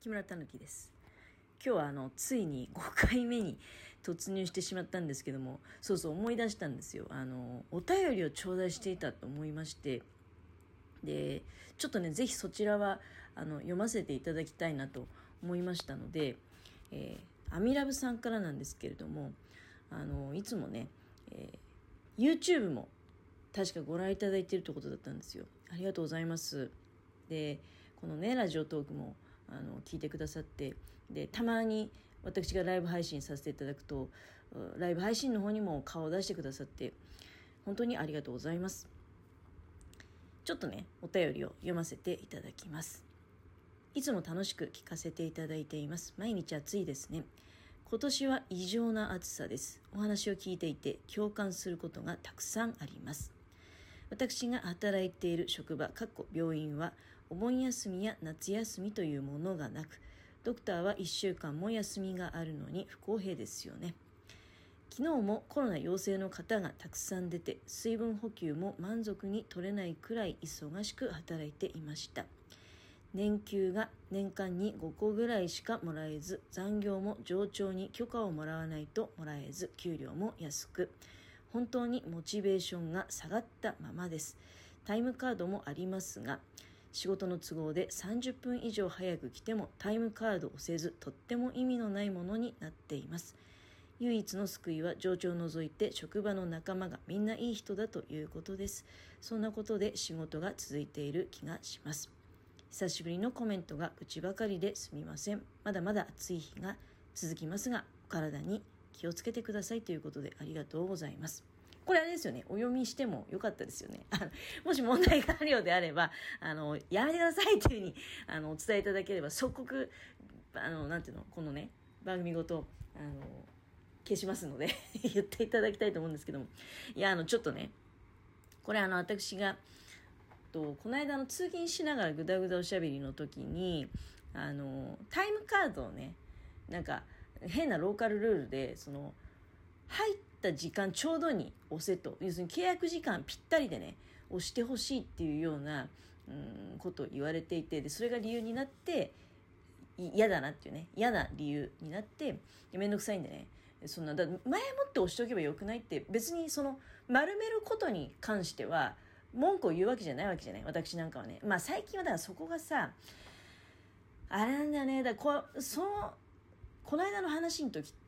木村たぬきです。今日はついに5回目に突入してしまったんですけども、そう思い出したんですよ。お便りを頂戴していたと思いまして、で、ちょっとね、ぜひそちらは読ませていただきたいなと思いましたので、アミラブさんからなんですけれども、いつもね、YouTube も確かご覧いただいているということだったんですよ。ありがとうございます。で、このね、ラジオトークも聞いてくださって、でたまに私がライブ配信させていただくと、ライブ配信の方にも顔を出してくださって本当にありがとうございます。ちょっとね、お便りを読ませていただきます。いつも楽しく聞かせていただいています。毎日暑いですね。今年は異常な暑さです。お話を聞いていて共感することがたくさんあります。私が働いている職場病院はお盆休みや夏休みというものがなく、ドクターは1週間も休みがあるのに不公平ですよね。昨日もコロナ陽性の方がたくさん出て、水分補給も満足に取れないくらい忙しく働いていました。年給が年間に5個ぐらいしかもらえず、残業も上長に許可をもらわないともらえず、給料も安く、本当にモチベーションが下がったままです。タイムカードもありますが、仕事の都合で30分以上早く来てもタイムカードをせず、とっても意味のないものになっています。唯一の救いは上長を除いて職場の仲間がみんないい人だということです。そんなことで仕事が続いている気がします。久しぶりのコメントが愚痴ばかりですみません。まだまだ暑い日が続きますが、お体に気をつけてくださいということでありがとうございます。これあれですよね、お読みしてもよかったですよね。もし問題があるようであれば、やめてくださいというふうにお伝えいただければ、即刻なんていうの、このね番組ごと消しますので言っていただきたいと思うんですけども、いやちょっとね、これ私がこの間通勤しながらぐだぐだおしゃべりの時にタイムカードをね、なんか変なローカルルールで入った時間ちょうどに押せと、要するに契約時間ぴったりでね押してほしいっていうようなことを言われていて、でそれが理由になって嫌だなっていうね、嫌な理由になって、めんどくさいんでね、そんな前もって押しておけばよくないって、別に丸めることに関しては文句を言うわけじゃないわけじゃない、私なんかはね。まあ最近はだからそこがさ、あれなんだよね。だからこの間の話の時って、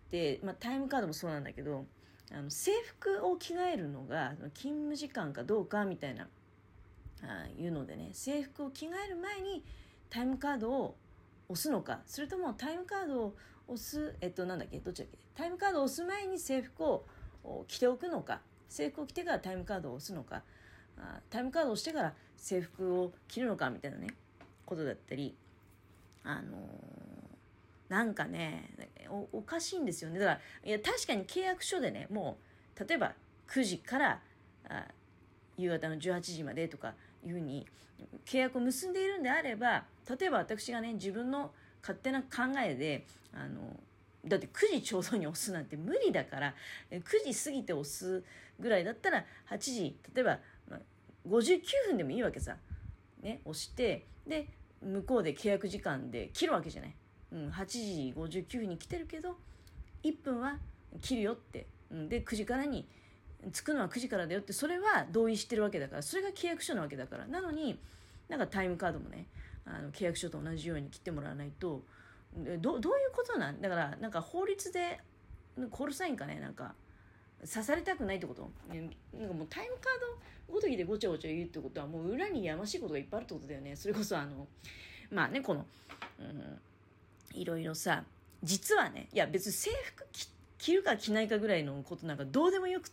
タイムカードもそうなんだけど、制服を着替えるのが勤務時間かどうかみたいないうのでね、制服を着替える前にタイムカードを押すのか、それともタイムカードを押すなんだっけ、どっちだっけ、タイムカードを押す前に制服を着ておくのか、制服を着てからタイムカードを押すのか、タイムカードをしてから制服を着るのかみたいなねことだったり、なんかね おかしいんですよね。だからいや、確かに契約書でね、もう例えば9時から夕方の18時までとかいうふうに契約を結んでいるんであれば、例えば私がね自分の勝手な考えでだって9時ちょうどに押すなんて無理だから、9時過ぎて押すぐらいだったら8時、例えば59分でもいいわけさ、ね、押してで向こうで契約時間で切るわけじゃない。8時59分に来てるけど1分は切るよって、で9時からに着くのは9時からだよって、それは同意してるわけだから、それが契約書なわけだから。なのになんかタイムカードもね契約書と同じように切ってもらわないと、どういうことなんだから、なんか法律でコールサインかね、なんか刺されたくないってこと、なんかもうタイムカードごときでごちゃごちゃ言うってことは、もう裏にやましいことがいっぱいあるってことだよね。それこそまあね、いろいろさ、実はね、いや別に制服着るか着ないかぐらいのことなんかどうでもよくって、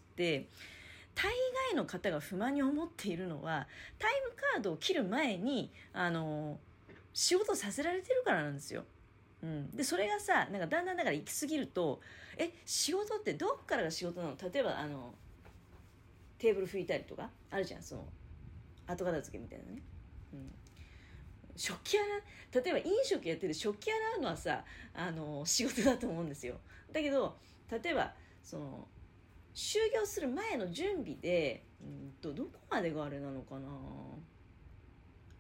大概の方が不満に思っているのは、タイムカードを切る前に仕事させられてるからなんですよ。でそれがさ、なんかだんだんだから行き過ぎると、仕事ってどっからが仕事なの。例えばテーブル拭いたりとかあるじゃん、後片付けみたいなね、食器洗う、例えば飲食やってて食器洗うのはさ仕事だと思うんですよ。だけど例えば就業する前の準備でどこまでがあれなのかな、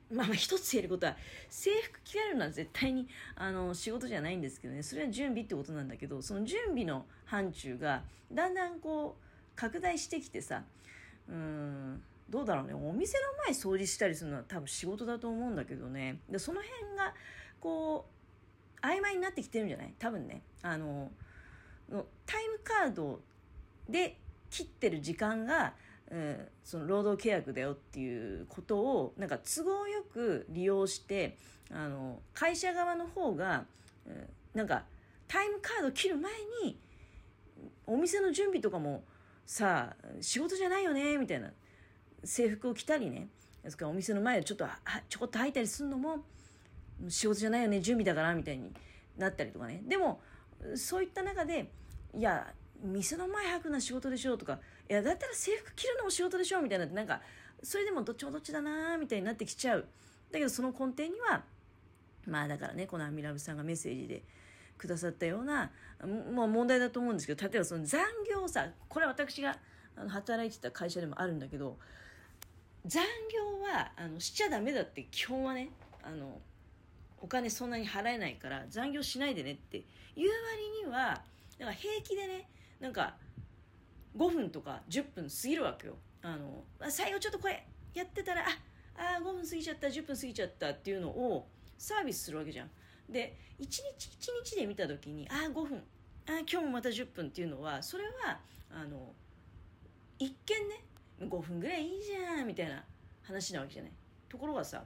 一つ言えることは、制服着替えるのは絶対に仕事じゃないんですけどね、それは準備ってことなんだけど、その準備の範疇がだんだんこう拡大してきてさ、どうだろうね、お店の前掃除したりするのは多分仕事だと思うんだけどね、でその辺がこう曖昧になってきてるんじゃない？多分ね、タイムカードで切ってる時間が、その労働契約だよっていうことをなんか都合よく利用して、会社側の方が、なんかタイムカード切る前にお店の準備とかもさ仕事じゃないよねみたいな、制服を着たりね、ですからお店の前でちょこっと入ったりするのも仕事じゃないよね、準備だからみたいになったりとかね。でもそういった中で、いや店の前履くのは仕事でしょとか、いやだったら制服着るのも仕事でしょみたいな、なんかそれでもどっちもどっちだなみたいになってきちゃう。だけどその根底にはだからね、このアミラブさんがメッセージでくださったような問題だと思うんですけど、例えばその残業をさ、これは私が働いてた会社でもあるんだけど、残業はしちゃダメだって基本はね、お金そんなに払えないから残業しないでねっていう割には、なんか平気でね、なんか5分とか10分過ぎるわけよ。最後ちょっとこれやってたら5分過ぎちゃった、10分過ぎちゃったっていうのをサービスするわけじゃん。で1日1日で見た時に5分、今日もまた10分っていうのは、それは一見ね5分ぐらいいいじゃんみたいな話なわけじゃない。ところがさ、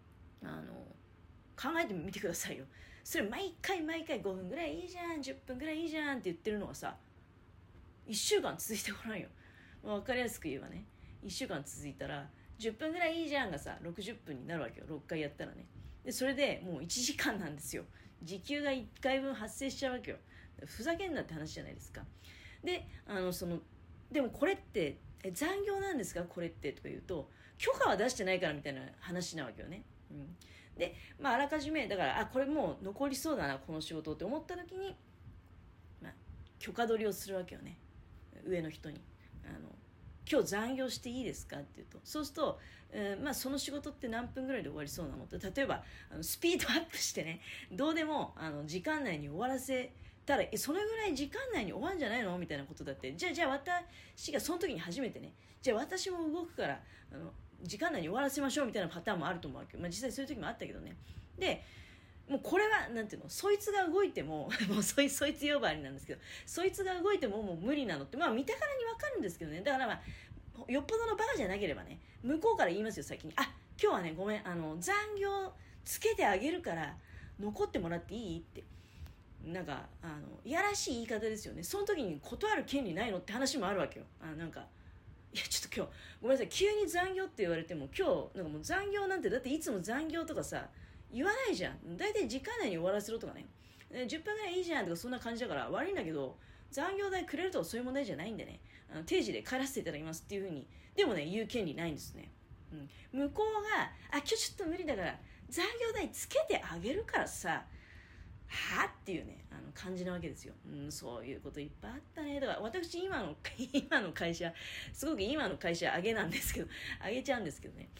考えてみてくださいよ。それ毎回5分ぐらいいいじゃん、10分ぐらいいいじゃんって言ってるのはさ、1週間続いてごらんよ。分かりやすく言えばね、1週間続いたら10分ぐらいいいじゃんがさ60分になるわけよ、6回やったらね。でそれでもう1時間なんですよ。時給が1回分発生しちゃうわけよ。ふざけんなって話じゃないですか。ででもこれって残業なんですかこれってとか言うと、許可は出してないからみたいな話なわけよね。であらかじめだからこれもう残りそうだなこの仕事って思った時に、許可取りをするわけよね、上の人に。今日残業していいですかって言うと、そうすると、その仕事って何分ぐらいで終わりそうなのって、例えばスピードアップしてね、どうでも時間内に終わらせたらそれぐらい時間内に終わるんじゃないのみたいなことだって、じゃあ私がその時に初めてね、じゃあ私も動くから時間内に終わらせましょうみたいなパターンもあると思うわけど、実際そういう時もあったけどね。でもうこれはなんていうの、そいつが動いてももうそいつ呼ばわりなんですけど、そいつが動いてももう無理なのって見たからに分かるんですけどね。だからよっぽどのバカじゃなければね、向こうから言いますよ先に、今日はねごめん残業つけてあげるから残ってもらっていいって、なんかいやらしい言い方ですよね。その時に断る権利ないのって話もあるわけよ。なんかいやちょっと今日ごめんなさい、急に残業って言われても、今日なんかもう残業なんてだっていつも残業とかさ言わないじゃん。だいたい時間内に終わらせろとかね、10分ぐらいいいじゃんとかそんな感じだから悪いんだけど、残業代くれるとかそういう問題じゃないんでね、定時で帰らせていただきますっていう風にでもね言う権利ないんですね。向こうが今日ちょっと無理だから残業代つけてあげるからさっていうね感じなわけですよ。そういうこといっぱいあったね。だから私今の会社すごく今の会社上げなんですけど、上げちゃうんですけどね、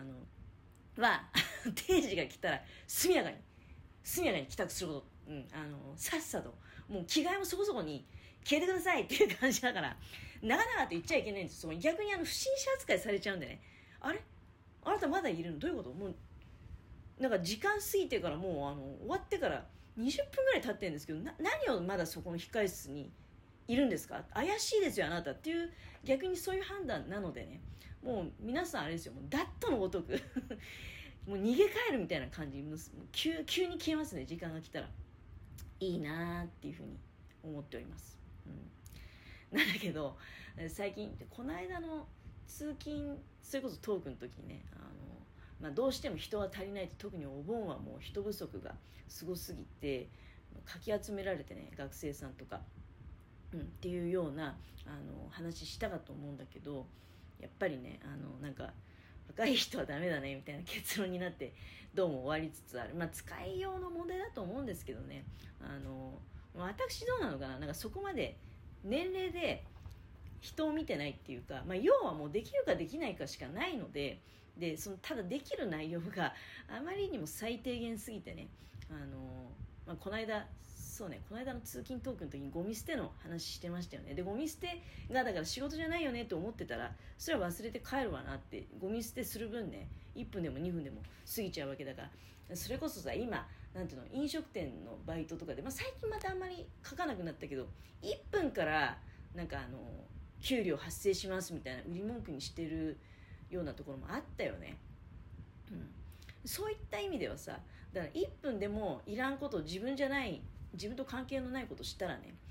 定時が来たら速やかに帰宅すること、さっさともう着替えもそこそこに消えてくださいっていう感じだから、なかなかって言っちゃいけないんです。逆に不審者扱いされちゃうんでね、あなたまだいるのどういうこと、もうなんか時間過ぎてからもう終わってから20分ぐらい経ってるんですけど、何をまだそこの控室にいるんですか、怪しいですよあなたっていう、逆にそういう判断なのでね、もう皆さんあれですよ、もうダットのごとくもう逃げ帰るみたいな感じ、急に消えますね、時間が来たら。いいなーっていうふうに思っております。なんだけど最近この間の通勤、それこそトークの時にね、どうしても人が足りないと、特にお盆はもう人不足がすごすぎてかき集められてね、学生さんとか、っていうような話したかと思うんだけど、やっぱりねなんか若い人はダメだねみたいな結論になってどうも終わりつつある。使いようの問題だと思うんですけどね、私どうなのかな、なんかそこまで年齢で人を見てないっていうか、要はもうできるかできないかしかないので、 でただできる内容があまりにも最低限すぎてね、この間の通勤トークの時にゴミ捨ての話してましたよね。でゴミ捨てがだから仕事じゃないよねって思ってたら、それは忘れて帰るわなって。ゴミ捨てする分ね、1分でも2分でも過ぎちゃうわけだから、それこそさ、今なんていうの、飲食店のバイトとかで、最近またあんまり書かなくなったけど、1分からなんか給料発生しますみたいな売り文句にしてるようなところもあったよね。そういった意味ではさ、だから1分でもいらんことを自分と関係のないことをしたらね、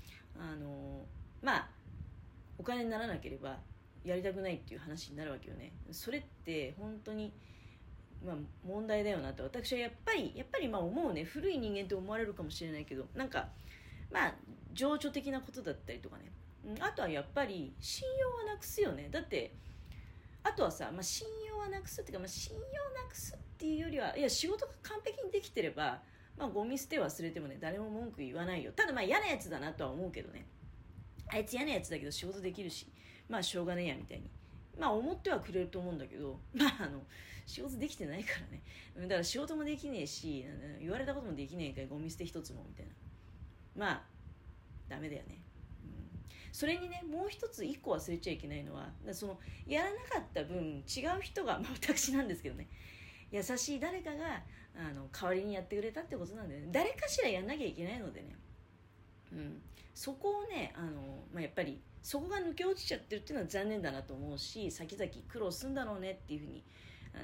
お金にならなければやりたくないっていう話になるわけよね。それって本当に問題だよなって私はやっぱり思うね。古い人間って思われるかもしれないけど、なんか情緒的なことだったりとかね、あとはやっぱり信用はなくすよね。だってあとはさ、信用はなくすっていうか、信用なくすっていうよりは、いや仕事が完璧にできてれば、ゴミ捨て忘れてもね誰も文句言わないよ。ただ嫌なやつだなとは思うけどね、あいつ嫌なやつだけど仕事できるししょうがねえやみたいに思ってはくれると思うんだけど、仕事できてないからね。だから仕事もできねえし、言われたこともできねえからゴミ捨て一つもみたいな、ダメだよね。それにね、もう一つ一個忘れちゃいけないのは、やらなかった分違う人が、私なんですけどね、優しい誰かが代わりにやってくれたってことなんだよね。誰かしらやんなきゃいけないのでね、そこをねやっぱりそこが抜け落ちちゃってるっていうのは残念だなと思うし、先々苦労するんだろうねっていうふうに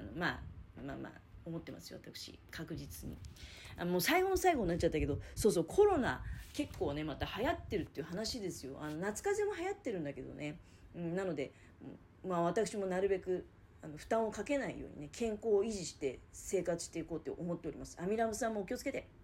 思ってますよ、私確実に。もう最後の最後になっちゃったけど、コロナ結構ねまた流行ってるっていう話ですよ。夏風邪も流行ってるんだけどね、なので私もなるべく負担をかけないようにね、健康を維持して生活していこうって思っております。アミラムさんもお気をつけて。